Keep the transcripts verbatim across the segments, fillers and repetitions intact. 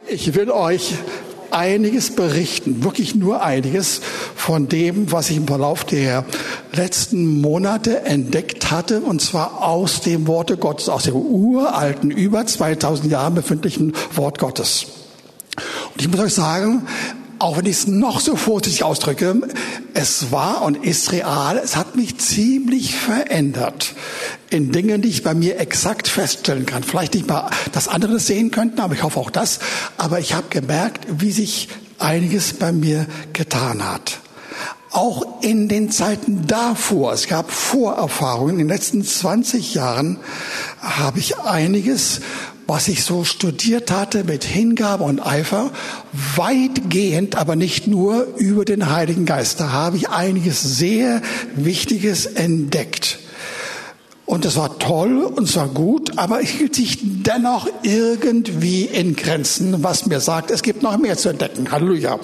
Ich will euch einiges berichten, wirklich nur einiges von dem, was ich im Verlauf der letzten Monate entdeckt hatte, und zwar aus dem Worte Gottes, aus dem uralten, über zweitausend Jahren befindlichen Wort Gottes. Und ich muss euch sagen, auch wenn ich es noch so vorsichtig ausdrücke, es war und ist real, es hat mich ziemlich verändert in Dingen, die ich bei mir exakt feststellen kann. Vielleicht nicht mal, dass andere das sehen könnten, aber ich hoffe auch das. Aber ich habe gemerkt, wie sich einiges bei mir getan hat. Auch in den Zeiten davor, es gab Vorerfahrungen, in den letzten zwanzig Jahren habe ich einiges, was ich so studiert hatte mit Hingabe und Eifer, weitgehend, aber nicht nur über den Heiligen Geist. Da habe ich einiges sehr Wichtiges entdeckt. Und es war toll und es war gut, aber es hielt sich dennoch irgendwie in Grenzen, was mir sagt, es gibt noch mehr zu entdecken. Halleluja.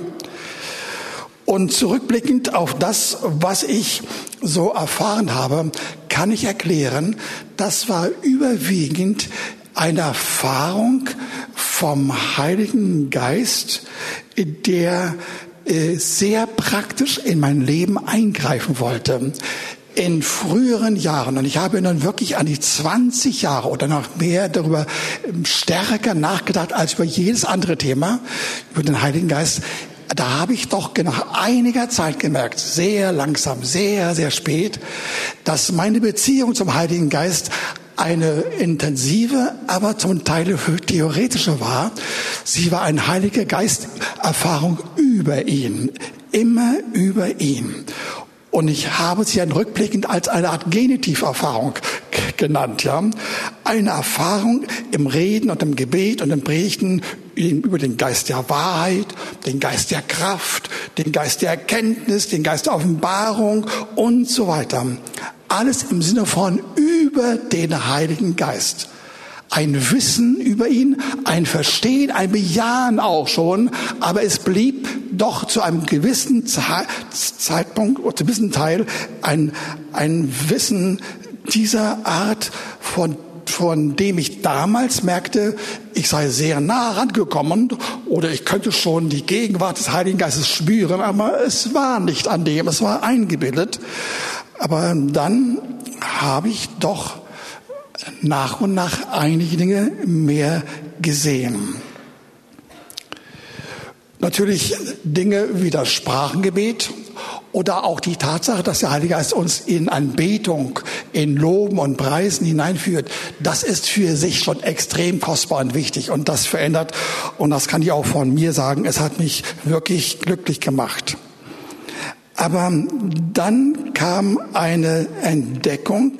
Und zurückblickend auf das, was ich so erfahren habe, kann ich erklären, das war überwiegend eine Erfahrung vom Heiligen Geist, der äh, sehr praktisch in mein Leben eingreifen wollte. In früheren Jahren, und ich habe dann wirklich an die zwanzig Jahre oder noch mehr darüber stärker nachgedacht als über jedes andere Thema, über den Heiligen Geist. Da habe ich doch nach einiger Zeit gemerkt, sehr langsam, sehr, sehr spät, dass meine Beziehung zum Heiligen Geist eine intensive, aber zum Teil theoretische war. Sie war eine Heilige Geist-Erfahrung über ihn, immer über ihn. Und ich habe sie dann rückblickend als eine Art Genitiverfahrung genannt, ja. Eine Erfahrung im Reden und im Gebet und im Predigten über den Geist der Wahrheit, den Geist der Kraft, den Geist der Erkenntnis, den Geist der Offenbarung und so weiter. Alles im Sinne von über den Heiligen Geist. Ein Wissen über ihn, ein Verstehen, ein Bejahen auch schon, aber es blieb doch zu einem gewissen Zeitpunkt, oder zu einem gewissen Teil, ein, ein Wissen dieser Art, von, von dem ich damals merkte, ich sei sehr nah rangekommen oder ich könnte schon die Gegenwart des Heiligen Geistes spüren, aber es war nicht an dem, es war eingebildet. Aber dann habe ich doch nach und nach einige Dinge mehr gesehen. Natürlich Dinge wie das Sprachengebet oder auch die Tatsache, dass der Heilige Geist uns in Anbetung, in Loben und Preisen hineinführt. Das ist für sich schon extrem kostbar und wichtig und das verändert. Und das kann ich auch von mir sagen, es hat mich wirklich glücklich gemacht. Aber dann kam eine Entdeckung,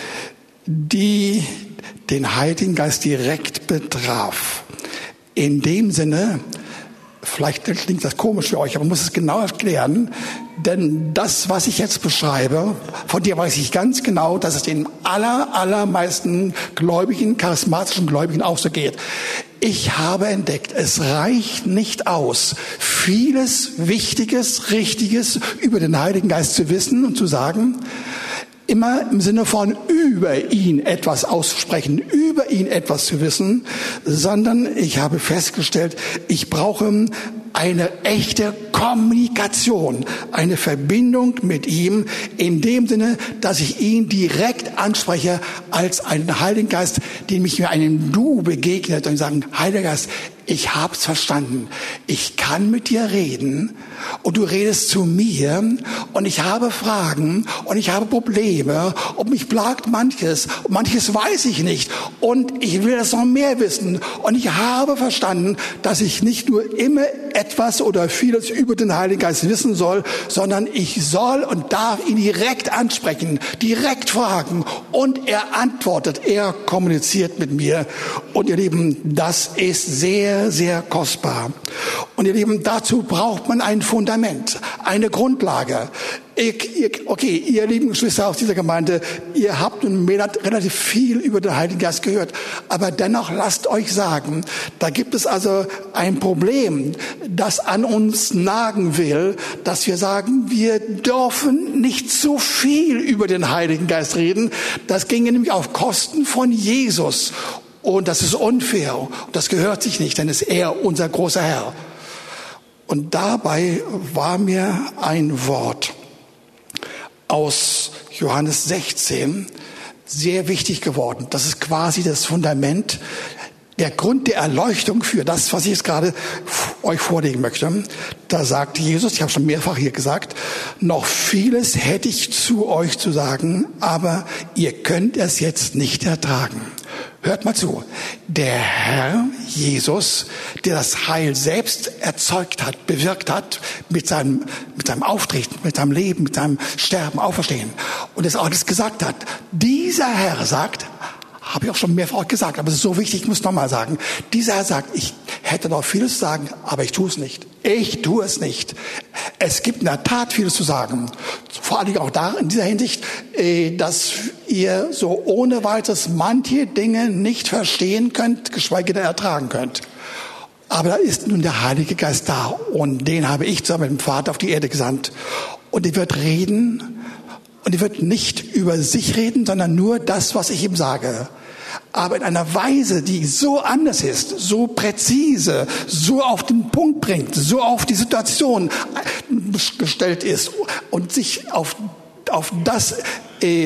die den Heiligen Geist direkt betraf. In dem Sinne, vielleicht klingt das komisch für euch, aber man muss es genau erklären, denn das, was ich jetzt beschreibe, von dir weiß ich ganz genau, dass es den aller, allermeisten Gläubigen, charismatischen Gläubigen auch so geht. Ich habe entdeckt, es reicht nicht aus, vieles Wichtiges, Richtiges über den Heiligen Geist zu wissen und zu sagen, immer im Sinne von über ihn etwas aussprechen, über ihn etwas zu wissen, sondern ich habe festgestellt, ich brauche eine echte Kommunikation, eine Verbindung mit ihm in dem Sinne, dass ich ihn direkt anspreche als einen Heiligen Geist, dem ich mir einem Du begegnet und sagen, Heiliger Geist, ich hab's verstanden. Ich kann mit dir reden und du redest zu mir und ich habe Fragen und ich habe Probleme und mich plagt manches und manches weiß ich nicht und ich will das noch mehr wissen und ich habe verstanden, dass ich nicht nur immer etwas oder vieles über den Heiligen Geist wissen soll, sondern ich soll und darf ihn direkt ansprechen, direkt fragen und er antwortet, er kommuniziert mit mir und ihr Lieben, das ist sehr Sehr, sehr kostbar. Und ihr Lieben, dazu braucht man ein Fundament, eine Grundlage. Ich, ihr, okay, ihr lieben Geschwister aus dieser Gemeinde, ihr habt nun relativ viel über den Heiligen Geist gehört, aber dennoch lasst euch sagen, da gibt es also ein Problem, das an uns nagen will, dass wir sagen, wir dürfen nicht zu viel über den Heiligen Geist reden. Das ginge nämlich auf Kosten von Jesus. Und das ist unfair. Und das gehört sich nicht, denn es ist er, unser großer Herr. Und dabei war mir ein Wort aus Johannes sechzehn sehr wichtig geworden. Das ist quasi das Fundament, der Grund der Erleuchtung für das, was ich jetzt gerade euch vorlegen möchte. Da sagt Jesus, ich habe schon mehrfach hier gesagt, noch vieles hätte ich zu euch zu sagen, aber ihr könnt es jetzt nicht ertragen. Hört mal zu. Der Herr Jesus, der das Heil selbst erzeugt hat, bewirkt hat, mit seinem, mit seinem Auftreten, mit seinem Leben, mit seinem Sterben, Auferstehen und es auch alles gesagt hat. Dieser Herr sagt, habe ich auch schon mehrfach gesagt, aber es ist so wichtig, ich muss es nochmal sagen. Dieser Herr sagt, ich hätte noch vieles zu sagen, aber ich tue es nicht. Ich tue es nicht. Es gibt in der Tat vieles zu sagen. Vor allem auch da in dieser Hinsicht, dass ihr so ohne weiteres manche Dinge nicht verstehen könnt, geschweige denn ertragen könnt. Aber da ist nun der Heilige Geist da und den habe ich zusammen mit dem Vater auf die Erde gesandt. Und er wird reden und er wird nicht über sich reden, sondern nur das, was ich ihm sage. Aber in einer Weise, die so anders ist, so präzise, so auf den Punkt bringt, so auf die Situation gestellt ist und sich auf, auf das äh,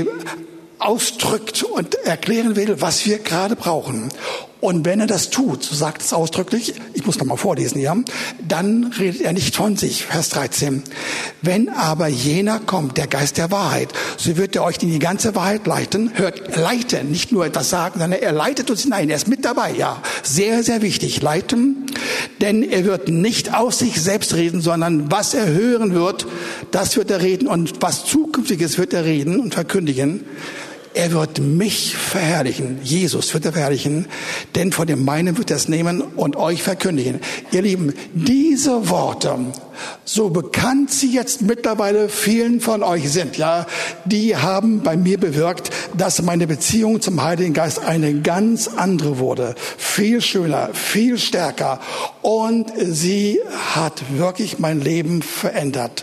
ausdrückt und erklären will, was wir gerade brauchen. Und wenn er das tut, so sagt es ausdrücklich, ich muss noch mal vorlesen, ja, dann redet er nicht von sich, Vers dreizehn. Wenn aber jener kommt, der Geist der Wahrheit, so wird er euch in die ganze Wahrheit leiten, hört, leiten, nicht nur etwas sagen, sondern er leitet uns hinein, er ist mit dabei, ja, sehr, sehr wichtig, leiten, denn er wird nicht aus sich selbst reden, sondern was er hören wird, das wird er reden und was Zukünftiges wird er reden und verkündigen. Er wird mich verherrlichen, Jesus wird er verherrlichen, denn von dem meinen wird er es nehmen und euch verkündigen. Ihr Lieben, diese Worte, so bekannt sie jetzt mittlerweile vielen von euch sind, ja, die haben bei mir bewirkt, dass meine Beziehung zum Heiligen Geist eine ganz andere wurde. Viel schöner, viel stärker und sie hat wirklich mein Leben verändert.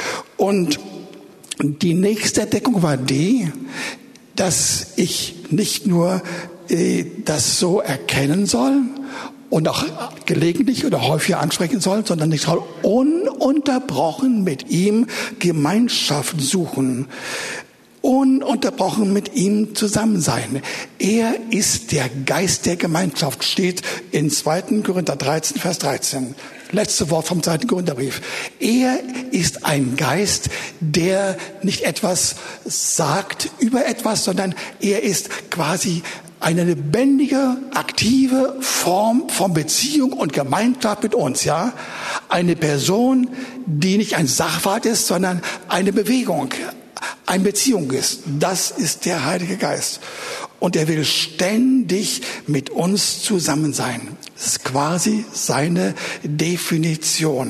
Und die nächste Entdeckung war die, dass ich nicht nur äh, das so erkennen soll und auch gelegentlich oder häufiger ansprechen soll, sondern ich soll ununterbrochen mit ihm Gemeinschaft suchen, ununterbrochen mit ihm zusammen sein. Er ist der Geist der Gemeinschaft, steht in zweiten Korinther dreizehn, Vers dreizehn. Letzte Wort vom zweiten Korintherbrief. Er ist ein Geist, der nicht etwas sagt über etwas, sondern er ist quasi eine lebendige, aktive Form von Beziehung und Gemeinschaft mit uns, ja. Eine Person, die nicht ein Sachverhalt ist, sondern eine Bewegung, eine Beziehung ist. Das ist der Heilige Geist. Und er will ständig mit uns zusammen sein. Das ist quasi seine Definition.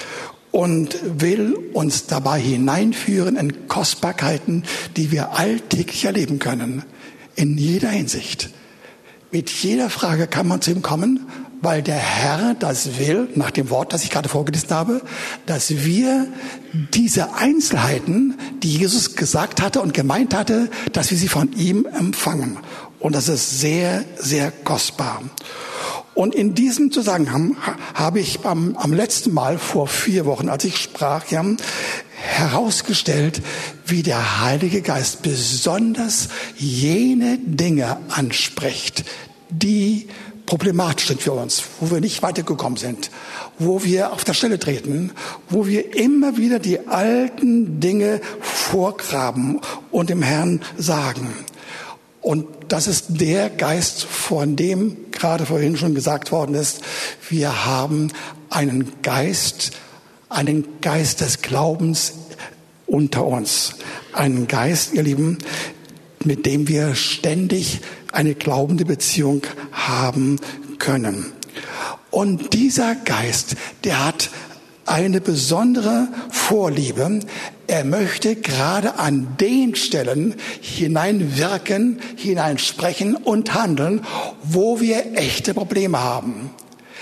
Und will uns dabei hineinführen in Kostbarkeiten, die wir alltäglich erleben können. In jeder Hinsicht. Mit jeder Frage kann man zu ihm kommen, weil der Herr das will, nach dem Wort, das ich gerade vorgelesen habe, dass wir diese Einzelheiten, die Jesus gesagt hatte und gemeint hatte, dass wir sie von ihm empfangen. Und das ist sehr, sehr kostbar. Und in diesem Zusammenhang habe ich am, am letzten Mal vor vier Wochen, als ich sprach, ja, herausgestellt, wie der Heilige Geist besonders jene Dinge anspricht, die problematisch sind für uns, wo wir nicht weitergekommen sind, wo wir auf der Stelle treten, wo wir immer wieder die alten Dinge vorgraben und dem Herrn sagen. Und das ist der Geist, von dem gerade vorhin schon gesagt worden ist, wir haben einen Geist, einen Geist des Glaubens unter uns. Einen Geist, ihr Lieben, mit dem wir ständig eine glaubende Beziehung haben können. Und dieser Geist, der hat eine besondere Vorliebe. Er möchte gerade an den Stellen hineinwirken, hineinsprechen und handeln, wo wir echte Probleme haben.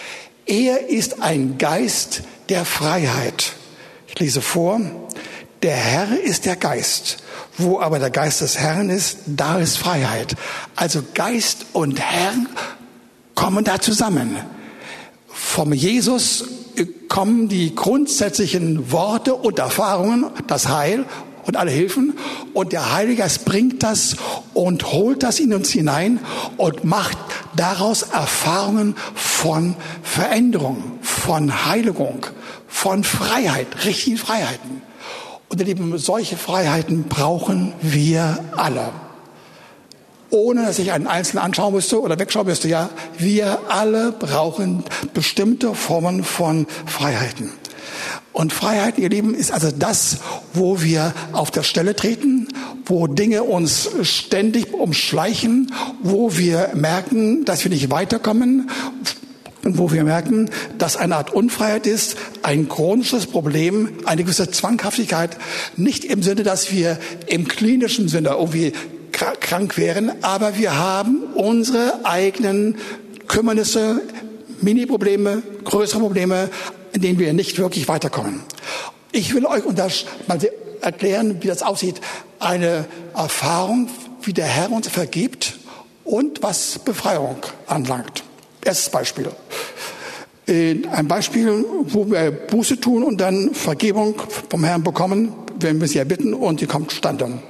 Er ist ein Geist der Freiheit. Ich lese vor. Der Herr ist der Geist. Wo aber der Geist des Herrn ist, da ist Freiheit. Also Geist und Herr kommen da zusammen. Vom Jesus kommen die grundsätzlichen Worte und Erfahrungen, das Heil und alle Hilfen. Und der Heilige Geist bringt das und holt das in uns hinein und macht daraus Erfahrungen von Veränderung, von Heiligung, von Freiheit, richtigen Freiheiten. Und ihr Lieben, solche Freiheiten brauchen wir alle. Ohne dass ich einen Einzelnen anschauen müsste oder wegschauen müsste, ja, wir alle brauchen bestimmte Formen von Freiheiten. Und Freiheit, ihr Lieben, ist also das, wo wir auf der Stelle treten, wo Dinge uns ständig umschleichen, wo wir merken, dass wir nicht weiterkommen, und wo wir merken, dass eine Art Unfreiheit ist, ein chronisches Problem, eine gewisse Zwanghaftigkeit, nicht im Sinne, dass wir im klinischen Sinne irgendwie krank wären, aber wir haben unsere eigenen Kümmernisse, Mini-Probleme, größere Probleme, in denen wir nicht wirklich weiterkommen. Ich will euch mal erklären, wie das aussieht. Eine Erfahrung, wie der Herr uns vergibt und was Befreiung anlangt. Erstes Beispiel. Ein Beispiel, wo wir Buße tun und dann Vergebung vom Herrn bekommen, wenn wir sie erbitten und die kommt zustande.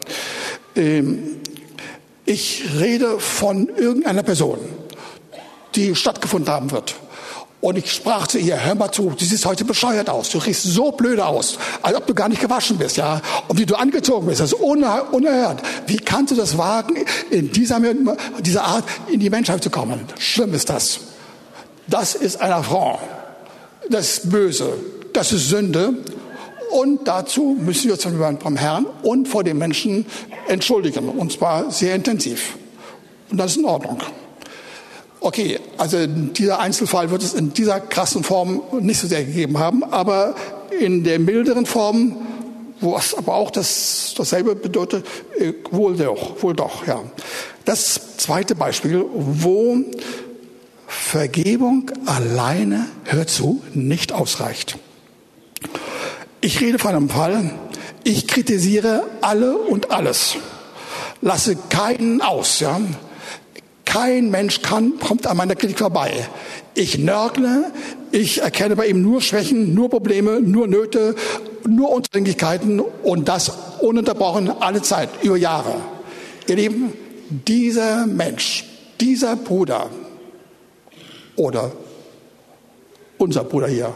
Ich rede von irgendeiner Person, die stattgefunden haben wird. Und ich sprach zu ihr, hör mal zu, du siehst heute bescheuert aus, du riechst so blöde aus, als ob du gar nicht gewaschen bist, ja. Und wie du angezogen bist, das ist unerhört. Wie kannst du das wagen, in dieser, dieser Art in die Menschheit zu kommen? Schlimm ist das. Das ist ein Affront. Das ist böse. Das ist Sünde. Und dazu müssen wir uns vom Herrn und vor den Menschen entschuldigen. Und zwar sehr intensiv. Und das ist in Ordnung. Okay, also dieser Einzelfall wird es in dieser krassen Form nicht so sehr gegeben haben, aber in der milderen Form, wo es aber auch das, dasselbe bedeutet, wohl doch, wohl doch, ja. Das zweite Beispiel, wo Vergebung alleine, hört zu, nicht ausreicht. Ich rede von einem Fall, ich kritisiere alle und alles, lasse keinen aus, ja. Kein Mensch kann, kommt an meiner Kritik vorbei. Ich nörgle, ich erkenne bei ihm nur Schwächen, nur Probleme, nur Nöte, nur Unzulänglichkeiten und das ununterbrochen alle Zeit, über Jahre. Ihr Lieben, dieser Mensch, dieser Bruder oder unser Bruder hier,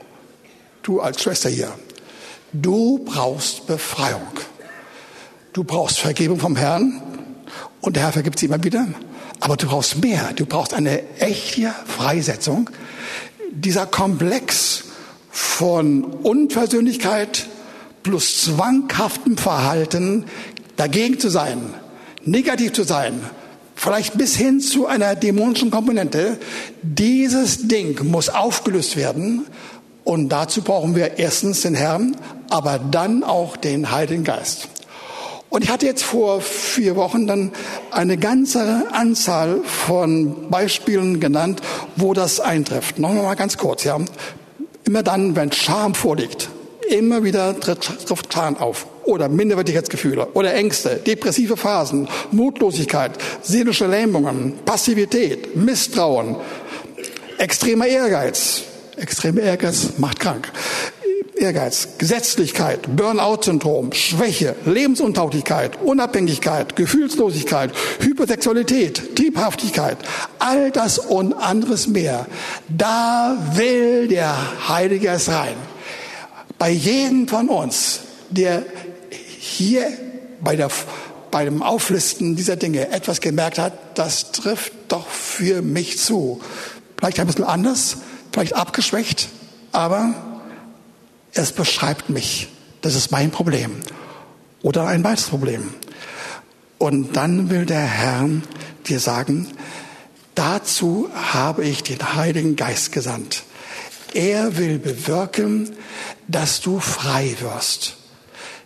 du als Schwester hier, du brauchst Befreiung. Du brauchst Vergebung vom Herrn und der Herr vergibt sie immer wieder. Aber du brauchst mehr. Du brauchst eine echte Freisetzung. Dieser Komplex von Unversöhnlichkeit plus zwanghaftem Verhalten, dagegen zu sein, negativ zu sein, vielleicht bis hin zu einer dämonischen Komponente, dieses Ding muss aufgelöst werden. Und dazu brauchen wir erstens den Herrn, aber dann auch den Heiligen Geist. Und ich hatte jetzt vor vier Wochen dann eine ganze Anzahl von Beispielen genannt, wo das eintrifft. Noch mal ganz kurz, ja. Immer dann, wenn Scham vorliegt, immer wieder trifft Scham auf. Oder Minderwertigkeitsgefühle oder Ängste, depressive Phasen, Mutlosigkeit, seelische Lähmungen, Passivität, Misstrauen, extremer Ehrgeiz. Extremer Ehrgeiz macht krank. Ehrgeiz, Gesetzlichkeit, Burnout-Syndrom, Schwäche, Lebensuntauglichkeit, Unabhängigkeit, Gefühlslosigkeit, Hypersexualität, Triebhaftigkeit, all das und anderes mehr. Da will der Heilige Geist rein. Bei jedem von uns, der hier bei, der, bei dem Auflisten dieser Dinge etwas gemerkt hat, das trifft doch für mich zu. Vielleicht ein bisschen anders, vielleicht abgeschwächt, aber es beschreibt mich. Das ist mein Problem. Oder ein weiteres Problem. Und dann will der Herr dir sagen, dazu habe ich den Heiligen Geist gesandt. Er will bewirken, dass du frei wirst.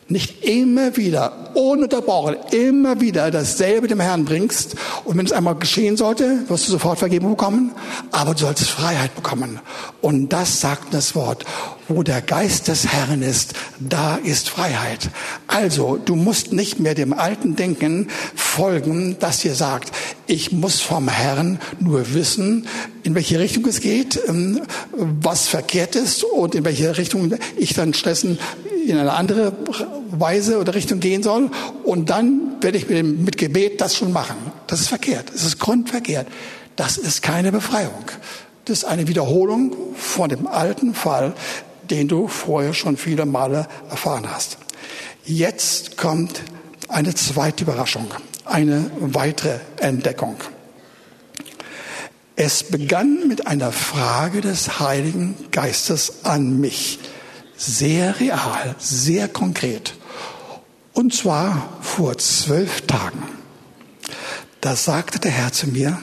nicht immer wieder, ununterbrochen, immer wieder dasselbe dem Herrn bringst, und wenn es einmal geschehen sollte, wirst du sofort Vergebung bekommen, aber du sollst Freiheit bekommen. Und das sagt das Wort. Wo der Geist des Herrn ist, da ist Freiheit. Also, du musst nicht mehr dem alten Denken folgen, das dir sagt, ich muss vom Herrn nur wissen, in welche Richtung es geht, was verkehrt ist und in welche Richtung ich dann stattdessen in eine andere Weise oder Richtung gehen soll. Und dann werde ich mit, dem, mit Gebet das schon machen. Das ist verkehrt. Das ist grundverkehrt. Das ist keine Befreiung. Das ist eine Wiederholung von dem alten Fall, den du vorher schon viele Male erfahren hast. Jetzt kommt eine zweite Überraschung, eine weitere Entdeckung. Es begann mit einer Frage des Heiligen Geistes an mich. Sehr real, sehr konkret. Und zwar vor zwölf Tagen. Da sagte der Herr zu mir,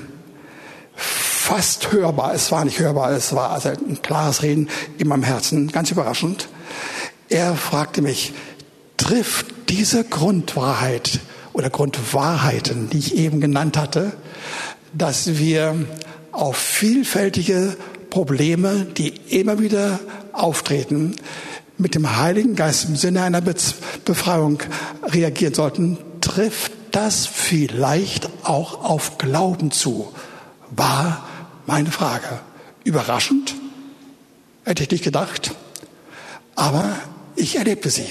fast hörbar, es war nicht hörbar, es war also ein klares Reden in meinem Herzen, ganz überraschend. Er fragte mich, trifft diese Grundwahrheit oder Grundwahrheiten, die ich eben genannt hatte, dass wir auf vielfältige Probleme, die immer wieder auftreten, mit dem Heiligen Geist im Sinne einer Befreiung reagieren sollten, trifft das vielleicht auch auf Glauben zu? War meine Frage. Überraschend, hätte ich nicht gedacht, aber ich erlebte sie.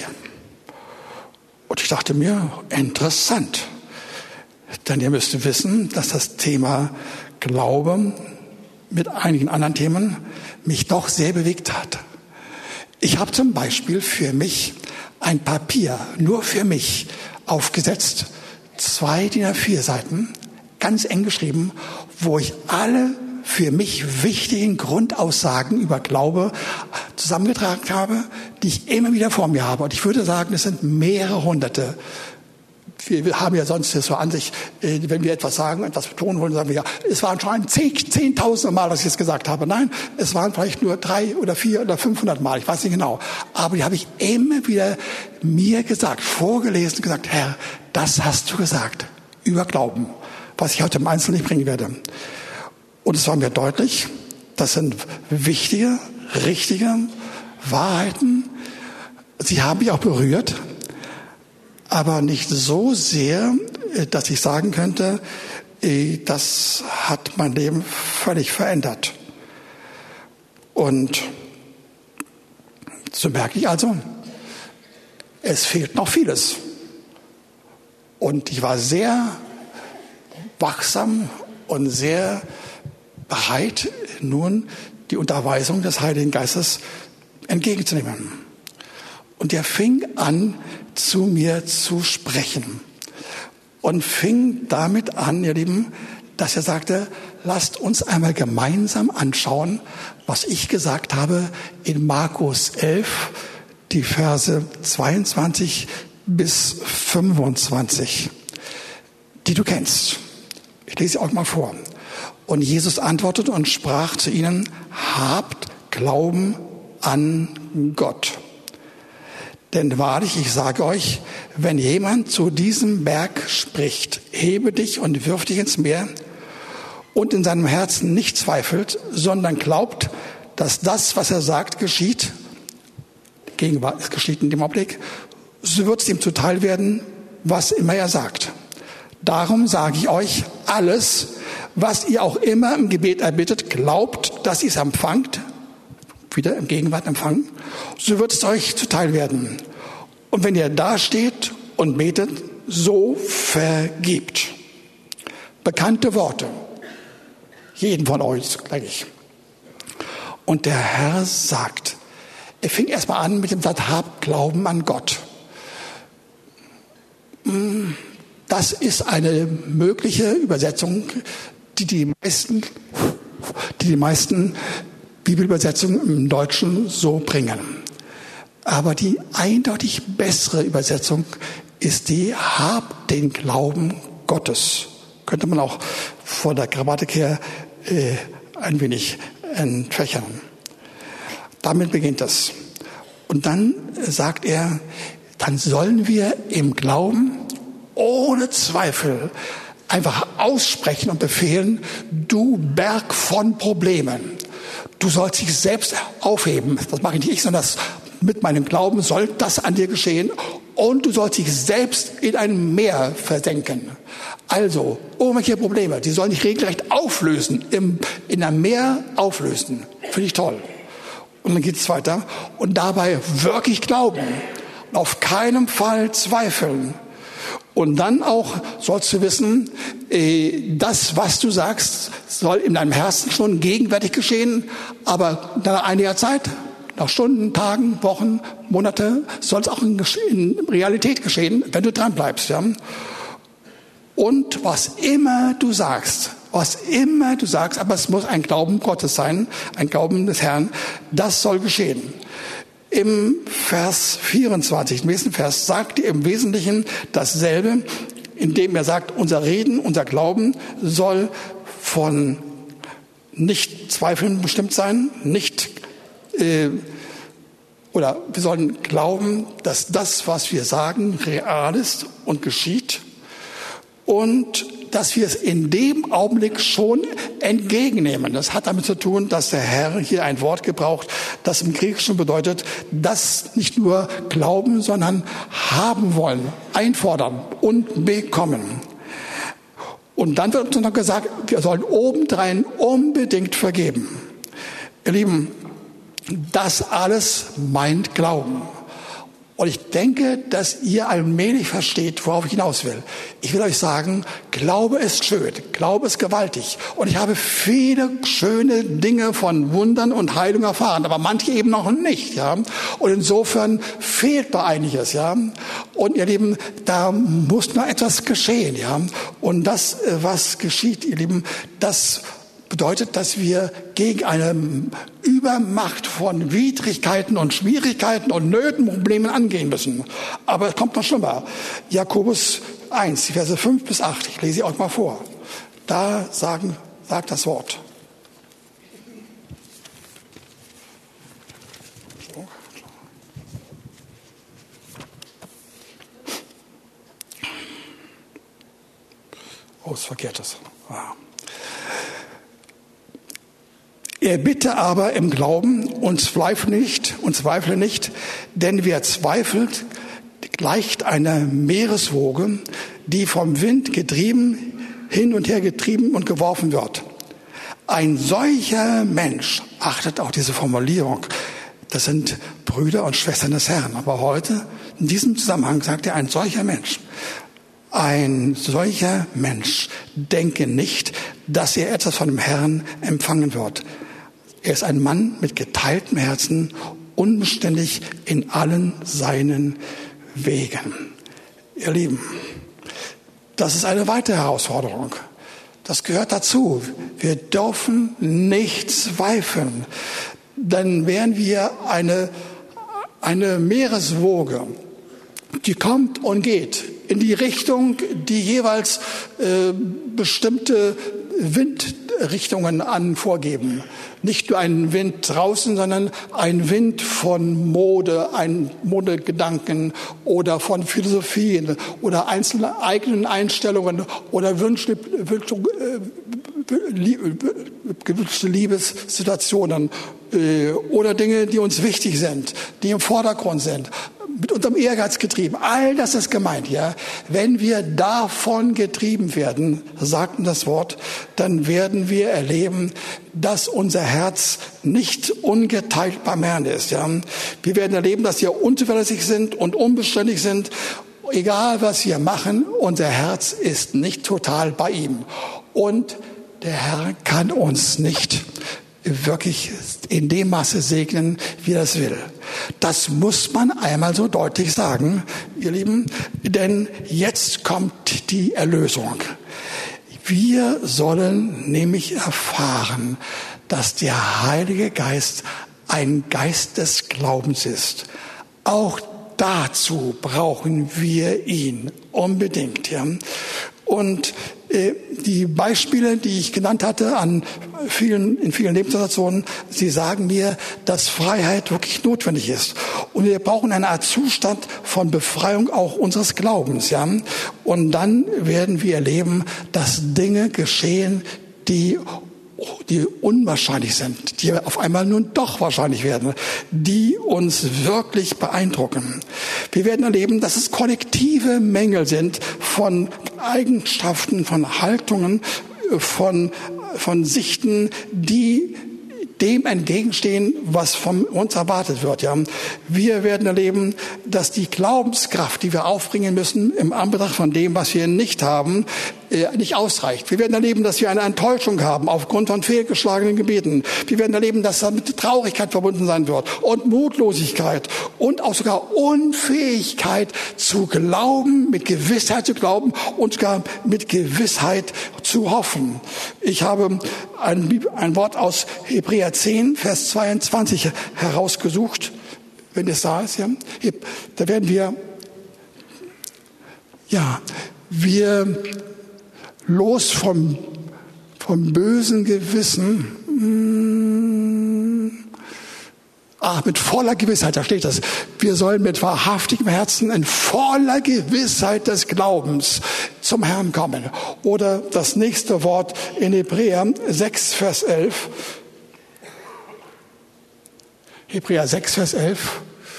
Und ich dachte mir, interessant. Denn ihr müsst wissen, dass das Thema Glaube mit einigen anderen Themen mich doch sehr bewegt hat. Ich habe zum Beispiel für mich ein Papier, nur für mich, aufgesetzt, zwei D I N A vier Seiten, ganz eng geschrieben, wo ich alle für mich wichtigen Grundaussagen über Glaube zusammengetragen habe, die ich immer wieder vor mir habe. Und ich würde sagen, es sind mehrere hunderte. Wir haben ja sonst so an sich, wenn wir etwas sagen, etwas betonen wollen, sagen wir ja, es waren schon zehntausende Mal, dass ich es gesagt habe. Nein, es waren vielleicht nur drei oder vier oder fünfhundert Mal, ich weiß nicht genau. Aber die habe ich immer wieder mir gesagt, vorgelesen und gesagt, Herr, das hast du gesagt über Glauben, was ich heute im Einzelnen nicht bringen werde. Und es war mir deutlich, das sind wichtige, richtige Wahrheiten. Sie haben mich auch berührt, aber nicht so sehr, dass ich sagen könnte, das hat mein Leben völlig verändert. Und so merke ich also, es fehlt noch vieles. Und ich war sehr wachsam und sehr bereit, nun die Unterweisung des Heiligen Geistes entgegenzunehmen. Und er fing an, zu mir zu sprechen. Und fing damit an, ihr Lieben, dass er sagte, lasst uns einmal gemeinsam anschauen, was ich gesagt habe in Markus elf, die Verse zweiundzwanzig bis fünfundzwanzig, die du kennst. Ich lese sie auch mal vor. Und Jesus antwortete und sprach zu ihnen, habt Glauben an Gott. Denn wahrlich, ich sage euch, wenn jemand zu diesem Berg spricht, hebe dich und wirf dich ins Meer, und in seinem Herzen nicht zweifelt, sondern glaubt, dass das, was er sagt, geschieht, Gegenwart, es geschieht in dem Augenblick, so wird es ihm zuteil werden, was immer er sagt. Darum sage ich euch, alles, was ihr auch immer im Gebet erbittet, glaubt, dass ihr es empfangt, wieder im Gegenwart empfangen, so wird es euch zuteil werden. Und wenn ihr da steht und betet, so vergibt. Bekannte Worte. Jeden von euch, denke ich. Und der Herr sagt, er fing erstmal an mit dem Satz, habt Glauben an Gott. Das ist eine mögliche Übersetzung, die die meisten, die die meisten Bibelübersetzungen im Deutschen so bringen. Aber die eindeutig bessere Übersetzung ist die, habt den Glauben Gottes. Könnte man auch von der Grammatik her äh, ein wenig entfächern. Damit beginnt es. Und dann sagt er, dann sollen wir im Glauben ohne Zweifel einfach aussprechen und befehlen, du Berg von Problemen. Du sollst dich selbst aufheben. Das mache ich nicht ich, sondern das, mit meinem Glauben soll das an dir geschehen. Und du sollst dich selbst in ein Meer versenken. Also, irgendwelche Probleme, die sollen dich regelrecht auflösen, im, in einem Meer auflösen. Finde ich toll. Und dann geht es weiter. Und dabei wirklich glauben. Und auf keinen Fall zweifeln. Und dann auch sollst du wissen, das, was du sagst, soll in deinem Herzen schon gegenwärtig geschehen, aber nach einiger Zeit, nach Stunden, Tagen, Wochen, Monate, soll es auch in, in Realität geschehen, wenn du dran bleibst. Ja? Und was immer du sagst, was immer du sagst, aber es muss ein Glauben Gottes sein, ein Glauben des Herrn, das soll geschehen. Im Vers vierundzwanzig, im nächsten Vers, sagt er im Wesentlichen dasselbe, indem er sagt, unser Reden, unser Glauben soll von nicht Zweifeln bestimmt sein, nicht, äh, oder wir sollen glauben, dass das, was wir sagen, real ist und geschieht und dass wir es in dem Augenblick schon entgegennehmen. Das hat damit zu tun, dass der Herr hier ein Wort gebraucht, das im Griechischen bedeutet, das nicht nur glauben, sondern haben wollen, einfordern und bekommen. Und dann wird uns noch gesagt, wir sollen obendrein unbedingt vergeben. Ihr Lieben, das alles meint Glauben. Und ich denke, dass ihr allmählich versteht, worauf ich hinaus will. Ich will euch sagen, Glaube ist schön, Glaube ist gewaltig. Und ich habe viele schöne Dinge von Wundern und Heilung erfahren, aber manche eben noch nicht. Ja? Und insofern fehlt da einiges. Ja? Und ihr Lieben, da muss noch etwas geschehen. Ja? Und das, was geschieht, ihr Lieben, das bedeutet, dass wir gegen eine Übermacht von Widrigkeiten und Schwierigkeiten und Nöten, Problemen angehen müssen. Aber es kommt noch schlimmer. Jakobus eins, die Verse fünf bis acht, ich lese sie euch mal vor. Da sagen, sagt das Wort. Oh, es Verkehrtes. Ah. Er bitte aber im Glauben und zweifle nicht, und zweifle nicht, denn wer zweifelt, gleicht einer Meereswoge, die vom Wind getrieben, hin und her getrieben und geworfen wird. Ein solcher Mensch, achtet auch diese Formulierung, das sind Brüder und Schwestern des Herrn, aber heute, in diesem Zusammenhang sagt er, ein solcher Mensch, ein solcher Mensch denke nicht, dass er etwas von dem Herrn empfangen wird. Er ist ein Mann mit geteiltem Herzen, unbeständig in allen seinen Wegen. Ihr Lieben, das ist eine weitere Herausforderung. Das gehört dazu. Wir dürfen nicht zweifeln. Dann wären wir eine, eine Meereswoge, die kommt und geht in die Richtung, die jeweils äh, bestimmte Windrichtungen an vorgeben. Nicht nur ein Wind draußen, sondern ein Wind von Mode, ein Modegedanken oder von Philosophien oder einzelnen eigenen Einstellungen oder Wünsche, Wünsche, gewünschte Liebessituationen äh, oder Dinge, die uns wichtig sind, die im Vordergrund sind. Mit unserem Ehrgeiz getrieben. All das ist gemeint, ja. Wenn wir davon getrieben werden, sagt das Wort, dann werden wir erleben, dass unser Herz nicht ungeteilt beim Herrn ist, ja. Wir werden erleben, dass wir unzuverlässig sind und unbeständig sind. Egal, was wir machen, unser Herz ist nicht total bei ihm. Und der Herr kann uns nicht wirklich in dem Maße segnen, wie er es will. Das muss man einmal so deutlich sagen, ihr Lieben, denn jetzt kommt die Erlösung. Wir sollen nämlich erfahren, dass der Heilige Geist ein Geist des Glaubens ist. Auch dazu brauchen wir ihn unbedingt. Ja? Und Die Beispiele, die ich genannt hatte an vielen, in vielen Lebenssituationen, sie sagen mir, dass Freiheit wirklich notwendig ist. Und wir brauchen eine Art Zustand von Befreiung auch unseres Glaubens, ja. Und dann werden wir erleben, dass Dinge geschehen, die die unwahrscheinlich sind, die auf einmal nun doch wahrscheinlich werden, die uns wirklich beeindrucken. Wir werden erleben, dass es kollektive Mängel sind von Eigenschaften, von Haltungen, von, von Sichten, die dem entgegenstehen, was von uns erwartet wird. Ja. Wir werden erleben, dass die Glaubenskraft, die wir aufbringen müssen, im Anbetracht von dem, was wir nicht haben, nicht ausreicht. Wir werden erleben, dass wir eine Enttäuschung haben aufgrund von fehlgeschlagenen Gebeten. Wir werden erleben, dass damit Traurigkeit verbunden sein wird und Mutlosigkeit und auch sogar Unfähigkeit zu glauben, mit Gewissheit zu glauben und sogar mit Gewissheit zu hoffen. Ich habe ein, ein Wort aus Hebräer zehn, Vers zweiundzwanzig herausgesucht, wenn es da ist. Ja. Da werden wir, ja, wir los vom, vom bösen Gewissen. Ach, mit voller Gewissheit, da steht das. Wir sollen mit wahrhaftigem Herzen in voller Gewissheit des Glaubens zum Herrn kommen. Oder das nächste Wort in Hebräer sechs, Vers elf. Hebräer sechs, Vers elf.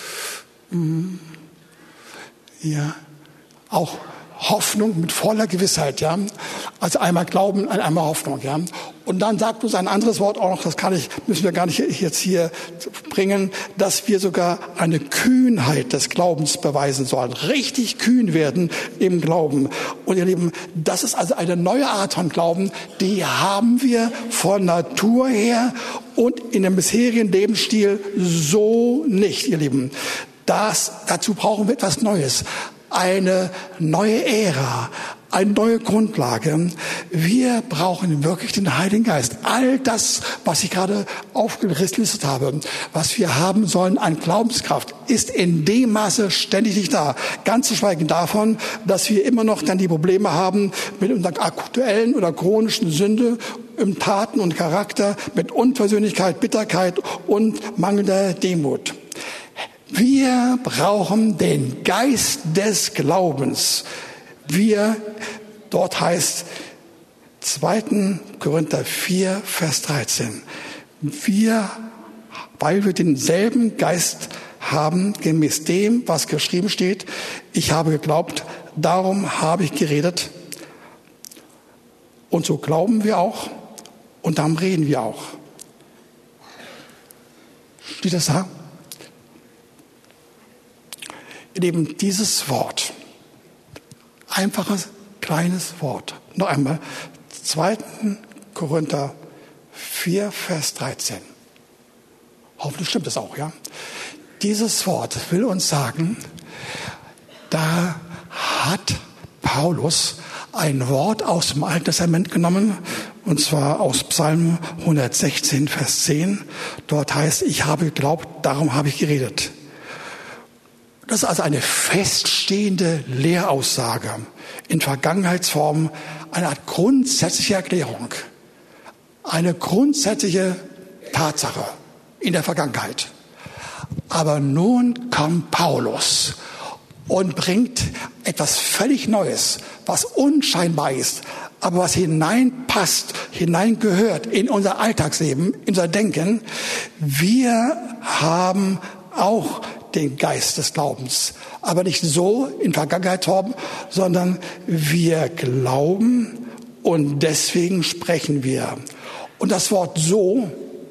Ja, auch Hoffnung mit voller Gewissheit, ja. Also einmal Glauben, einmal Hoffnung, ja. Und dann sagt uns ein anderes Wort auch noch, das kann ich, müssen wir gar nicht jetzt hier bringen, dass wir sogar eine Kühnheit des Glaubens beweisen sollen. Richtig kühn werden im Glauben. Und ihr Lieben, das ist also eine neue Art von Glauben, die haben wir von Natur her und in dem bisherigen Lebensstil so nicht, ihr Lieben. Das, dazu brauchen wir etwas Neues. Eine neue Ära, eine neue Grundlage. Wir brauchen wirklich den Heiligen Geist. All das, was ich gerade aufgelistet habe, was wir haben sollen an Glaubenskraft, ist in dem Maße ständig nicht da. Ganz zu schweigen davon, dass wir immer noch dann die Probleme haben mit unserer aktuellen oder chronischen Sünde im Taten und Charakter, mit Unversöhnlichkeit, Bitterkeit und mangelnder Demut. Wir brauchen den Geist des Glaubens. Wir, dort heißt zweiter Korinther vier, Vers dreizehn. Wir, weil wir denselben Geist haben, gemäß dem, was geschrieben steht, ich habe geglaubt, darum habe ich geredet. Und so glauben wir auch und darum reden wir auch. Steht das da? Ihr Lieben, dieses Wort, einfaches, kleines Wort, noch einmal, zweiter Korinther vier, Vers dreizehn. Hoffentlich stimmt es auch, ja? Dieses Wort will uns sagen, da hat Paulus ein Wort aus dem Alten Testament genommen, und zwar aus Psalm hundertsechzehn, Vers zehn. Dort heißt, ich habe geglaubt, darum habe ich geredet. Das ist also eine feststehende Lehraussage in Vergangenheitsform, eine Art grundsätzliche Erklärung, eine grundsätzliche Tatsache in der Vergangenheit. Aber nun kommt Paulus und bringt etwas völlig Neues, was unscheinbar ist, aber was hineinpasst, hineingehört in unser Alltagsleben, in unser Denken. Wir haben auch den Geist des Glaubens. Aber nicht so in Vergangenheitsform, sondern wir glauben und deswegen sprechen wir. Und das Wort so,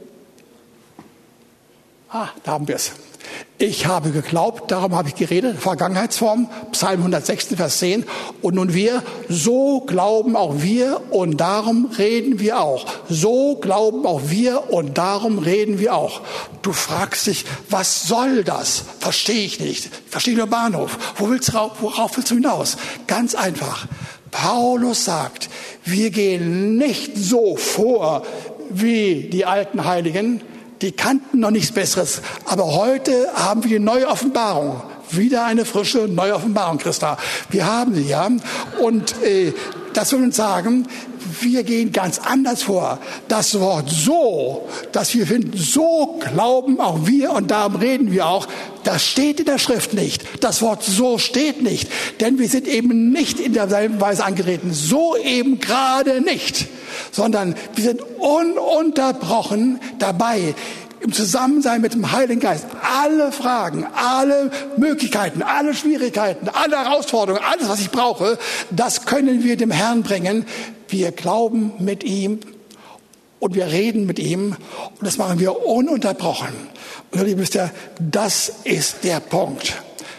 ah, da haben wir es. Ich habe geglaubt, darum habe ich geredet, Vergangenheitsform, Psalm hundertsechzehn, Vers zehn. Und nun wir, so glauben auch wir und darum reden wir auch. So glauben auch wir und darum reden wir auch. Du fragst dich, was soll das? Verstehe ich nicht. Verstehe nur Bahnhof. Wo willst du, worauf willst du hinaus? Ganz einfach. Paulus sagt, wir gehen nicht so vor wie die alten Heiligen. Die kannten noch nichts Besseres. Aber heute haben wir die neue Offenbarung. Wieder eine frische neue Offenbarung, Christa. Wir haben sie, ja. Und äh, Das will uns sagen, wir gehen ganz anders vor. Das Wort so, das wir finden, so glauben auch wir und darum reden wir auch, das steht in der Schrift nicht. Das Wort so steht nicht, denn wir sind eben nicht in derselben Weise angetreten. So eben gerade nicht, sondern wir sind ununterbrochen dabei, im Zusammensein mit dem Heiligen Geist alle Fragen, alle Möglichkeiten, alle Schwierigkeiten, alle Herausforderungen, alles, was ich brauche, das können wir dem Herrn bringen. Wir glauben mit ihm und wir reden mit ihm und das machen wir ununterbrochen. Und ihr wisst ja, das ist der Punkt.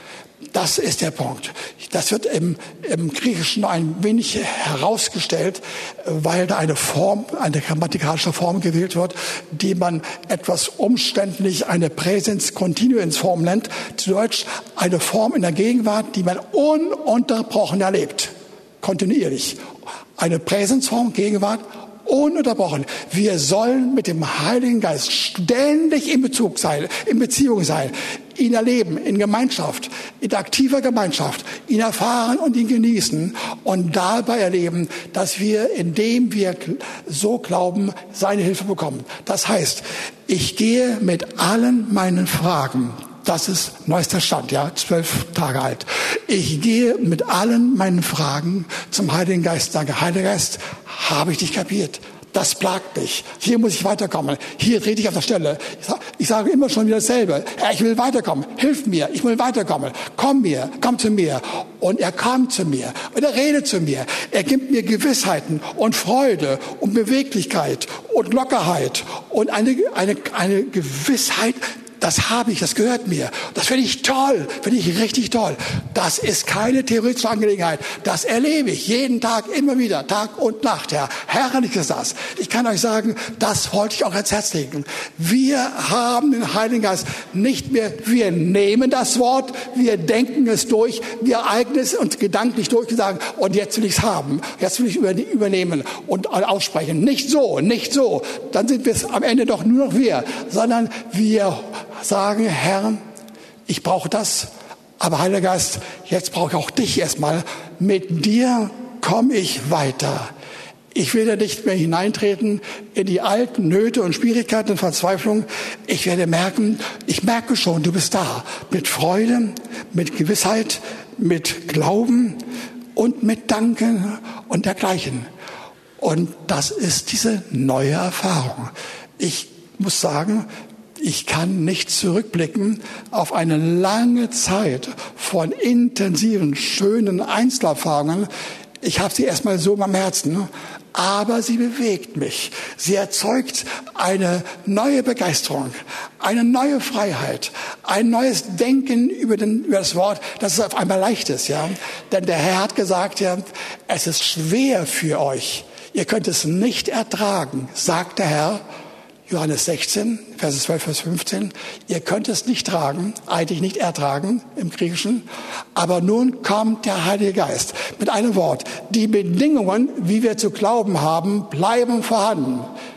Das ist der Punkt. Das wird im, im Griechischen ein wenig herausgestellt, weil da eine Form, eine grammatikalische Form gewählt wird, die man etwas umständlich eine Präsens Continuens Form nennt. Zu Deutsch eine Form in der Gegenwart, die man ununterbrochen erlebt. Kontinuierlich. Eine Präsensform, Gegenwart, ununterbrochen. Wir sollen mit dem Heiligen Geist ständig in Bezug sein, in Beziehung sein, ihn erleben, in Gemeinschaft, in aktiver Gemeinschaft, ihn erfahren und ihn genießen und dabei erleben, dass wir, indem wir so glauben, seine Hilfe bekommen. Das heißt, ich gehe mit allen meinen Fragen, das ist neuester Stand, ja, zwölf Tage alt. Ich gehe mit allen meinen Fragen zum Heiligen Geist, sage, Heiliger Geist, habe ich dich kapiert? Das plagt mich. Hier muss ich weiterkommen. Hier trete ich auf der Stelle. Ich sage, ich sage immer schon wieder dasselbe. Ja, ich will weiterkommen. Hilf mir. Ich will weiterkommen. Komm mir. Komm zu mir. Und er kam zu mir. Und er redet zu mir. Er gibt mir Gewissheiten und Freude und Beweglichkeit und Lockerheit und eine, eine, eine Gewissheit. Das habe ich, das gehört mir. Das finde ich toll, finde ich richtig toll. Das ist keine theoretische Angelegenheit. Das erlebe ich jeden Tag, immer wieder, Tag und Nacht. Ja, herrlich ist das. Ich kann euch sagen, das wollte ich auch ans Herz legen. Wir haben den Heiligen Geist nicht mehr, wir nehmen das Wort, wir denken es durch, wir eignen es uns gedanklich durch und sagen, und jetzt will ich es haben, jetzt will ich übernehmen und aussprechen. Nicht so, nicht so. Dann sind wir es am Ende doch nur noch wir, sondern wir sagen, Herr, ich brauche das, aber Heiliger Geist, jetzt brauche ich auch dich erstmal. Mit dir komme ich weiter. Ich werde nicht mehr hineintreten in die alten Nöte und Schwierigkeiten und Verzweiflung. Ich werde merken, ich merke schon, du bist da. Mit Freude, mit Gewissheit, mit Glauben und mit Danken und dergleichen. Und das ist diese neue Erfahrung. Ich muss sagen, ich kann nicht zurückblicken auf eine lange Zeit von intensiven, schönen Einzelerfahrungen. Ich habe sie erstmal so am Herzen, aber sie bewegt mich. Sie erzeugt eine neue Begeisterung, eine neue Freiheit, ein neues Denken über, den, über das Wort, dass es auf einmal leicht ist. Ja? Denn der Herr hat gesagt, ja, es ist schwer für euch. Ihr könnt es nicht ertragen, sagt der Herr. Johannes sechzehn, Verse zwölf, Vers fünfzehn. Ihr könnt es nicht tragen, eigentlich nicht ertragen im Griechischen. Aber nun kommt der Heilige Geist. Mit einem Wort. Die Bedingungen, wie wir zu glauben haben, bleiben vorhanden.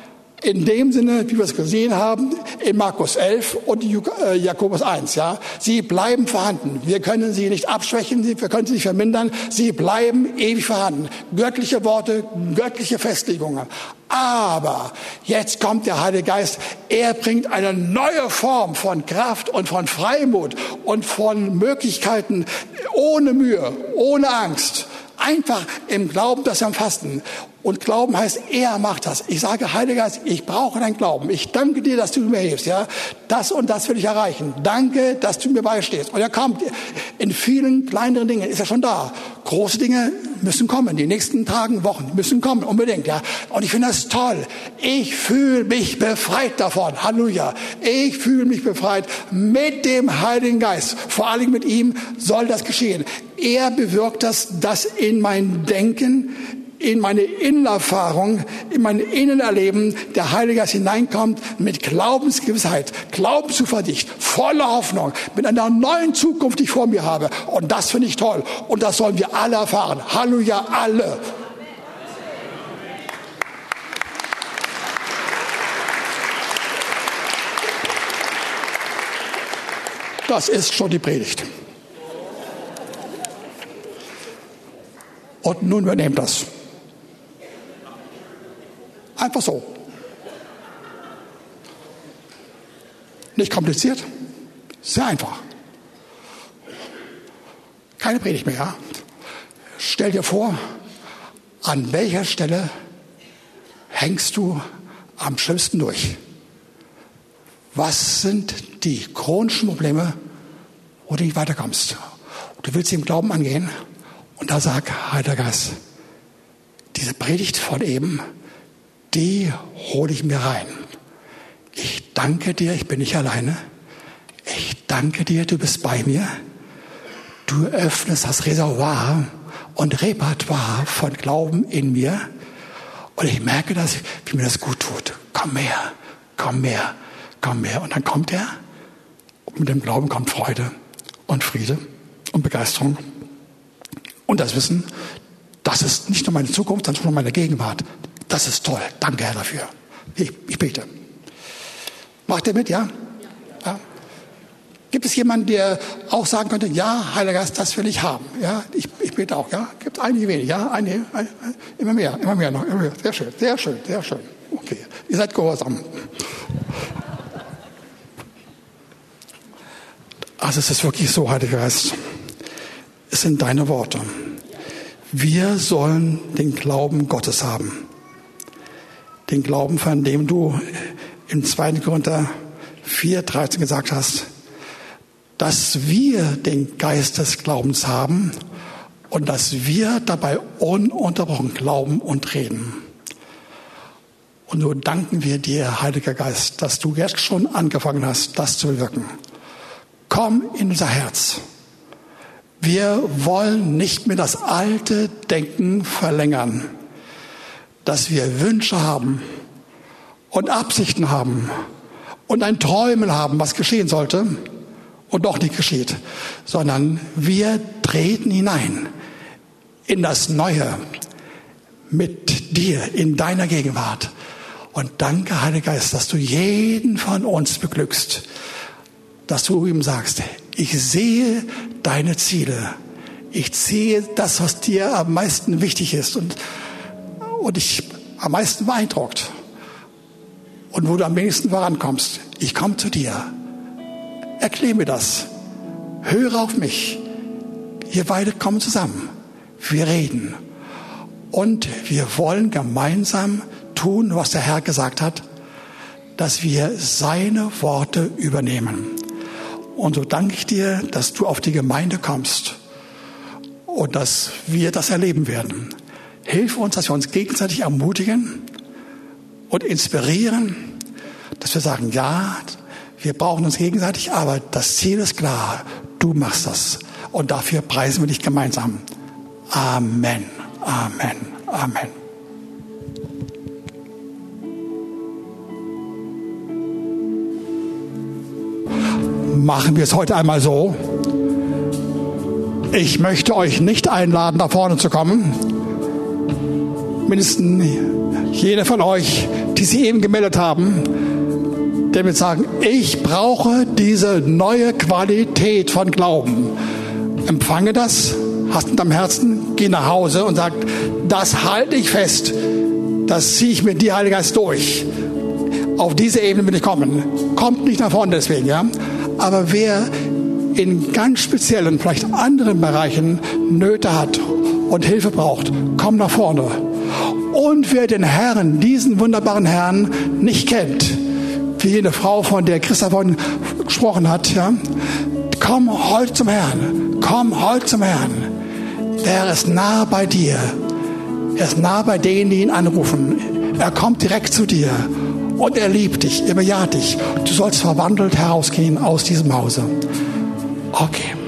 In dem Sinne, wie wir es gesehen haben, in Markus elf und Jakobus eins, ja. Sie bleiben vorhanden. Wir können sie nicht abschwächen, wir können sie nicht vermindern. Sie bleiben ewig vorhanden. Göttliche Worte, göttliche Festlegungen. Aber jetzt kommt der Heilige Geist. Er bringt eine neue Form von Kraft und von Freimut und von Möglichkeiten ohne Mühe, ohne Angst. Einfach im Glauben, das am Fasten. Und Glauben heißt, er macht das. Ich sage, Heiliger Geist, ich brauche deinen Glauben. Ich danke dir, dass du mir hilfst. Ja, das und das will ich erreichen. Danke, dass du mir beistehst. Und er kommt in vielen kleineren Dingen, ist er schon da. Große Dinge müssen kommen. Die nächsten Tagen, Wochen müssen kommen, unbedingt. Ja, und ich finde das toll. Ich fühle mich befreit davon. Halleluja. Ich fühle mich befreit mit dem Heiligen Geist. Vor allem mit ihm soll das geschehen. Er bewirkt das, dass in mein Denken, in meine Innenerfahrung, in mein Innenerleben der Heilige Geist hineinkommt mit Glaubensgewissheit, Glaubenszuversicht, voller Hoffnung, mit einer neuen Zukunft, die ich vor mir habe. Und das finde ich toll. Und das sollen wir alle erfahren. Halleluja, alle. Das ist schon die Predigt. Und nun übernehmt das. Einfach so. Nicht kompliziert, sehr einfach. Keine Predigt mehr, ja? Stell dir vor, an welcher Stelle hängst du am schlimmsten durch? Was sind die chronischen Probleme, wo du nicht weiterkommst? Du willst sie im Glauben angehen und da sag, Heiliger Geist, diese Predigt von eben, die hole ich mir rein. Ich danke dir, ich bin nicht alleine. Ich danke dir, du bist bei mir. Du öffnest das Reservoir und Repertoire von Glauben in mir. Und ich merke, dass, wie mir das gut tut. Komm her, komm her, komm her. Und dann kommt er. Und mit dem Glauben kommt Freude und Friede und Begeisterung. Und das Wissen, das ist nicht nur meine Zukunft, das ist nur meine Gegenwart. Das ist toll. Danke, Herr, dafür. Ich, ich bete. Macht ihr mit, ja? Ja? Gibt es jemanden, der auch sagen könnte, ja, Heiliger Geist, das will ich haben? Ja, ich, ich bete auch, ja? Gibt einige wenige, ja? Einige, ein, ein, immer mehr, immer mehr noch. Immer mehr. Sehr schön, sehr schön, sehr schön. Okay, ihr seid gehorsam. Also es ist wirklich so, Heiliger Geist. Es sind deine Worte. Wir sollen den Glauben Gottes haben. Den Glauben, von dem du im zweiten Korinther vier dreizehn gesagt hast, dass wir den Geist des Glaubens haben und dass wir dabei ununterbrochen glauben und reden. Und so danken wir dir, Heiliger Geist, dass du jetzt schon angefangen hast, das zu bewirken. Komm in unser Herz. Wir wollen nicht mehr das alte Denken verlängern, dass wir Wünsche haben und Absichten haben und ein Träumen haben, was geschehen sollte und doch nicht geschieht, sondern wir treten hinein in das Neue mit dir, in deiner Gegenwart. Und danke, Heiliger Geist, dass du jeden von uns beglückst, dass du ihm sagst, ich sehe deine Ziele, ich sehe das, was dir am meisten wichtig ist und, und ich am meisten beeindruckt und wo du am wenigsten vorankommst. Ich komme zu dir. Erklär mir das. Höre auf mich. Wir beide kommen zusammen. Wir reden. Und wir wollen gemeinsam tun, was der Herr gesagt hat, dass wir seine Worte übernehmen. Und so danke ich dir, dass du auf die Gemeinde kommst und dass wir das erleben werden. Hilf uns, dass wir uns gegenseitig ermutigen und inspirieren, dass wir sagen, ja, wir brauchen uns gegenseitig, aber das Ziel ist klar, du machst das. Und dafür preisen wir dich gemeinsam. Amen, Amen, Amen. Machen wir es heute einmal so. Ich möchte euch nicht einladen, da vorne zu kommen. Mindestens jeder von euch, die sich eben gemeldet haben, der wird sagen, ich brauche diese neue Qualität von Glauben. Empfange das, hast in deinem Herzen, geh nach Hause und sag, das halte ich fest, das ziehe ich mit dir, Heiliger Geist, durch. Auf diese Ebene will ich kommen. Kommt nicht nach vorne deswegen, ja. Aber wer in ganz speziellen, vielleicht anderen Bereichen Nöte hat und Hilfe braucht, komm nach vorne. Und wer den Herrn, diesen wunderbaren Herrn, nicht kennt, wie jene Frau, von der Christa vorhin gesprochen hat, ja, komm heute zum Herrn. Komm heute zum Herrn. Der ist nah bei dir. Er ist nah bei denen, die ihn anrufen. Er kommt direkt zu dir. Und er liebt dich, er bejaht dich. Du sollst verwandelt herausgehen aus diesem Hause. Okay.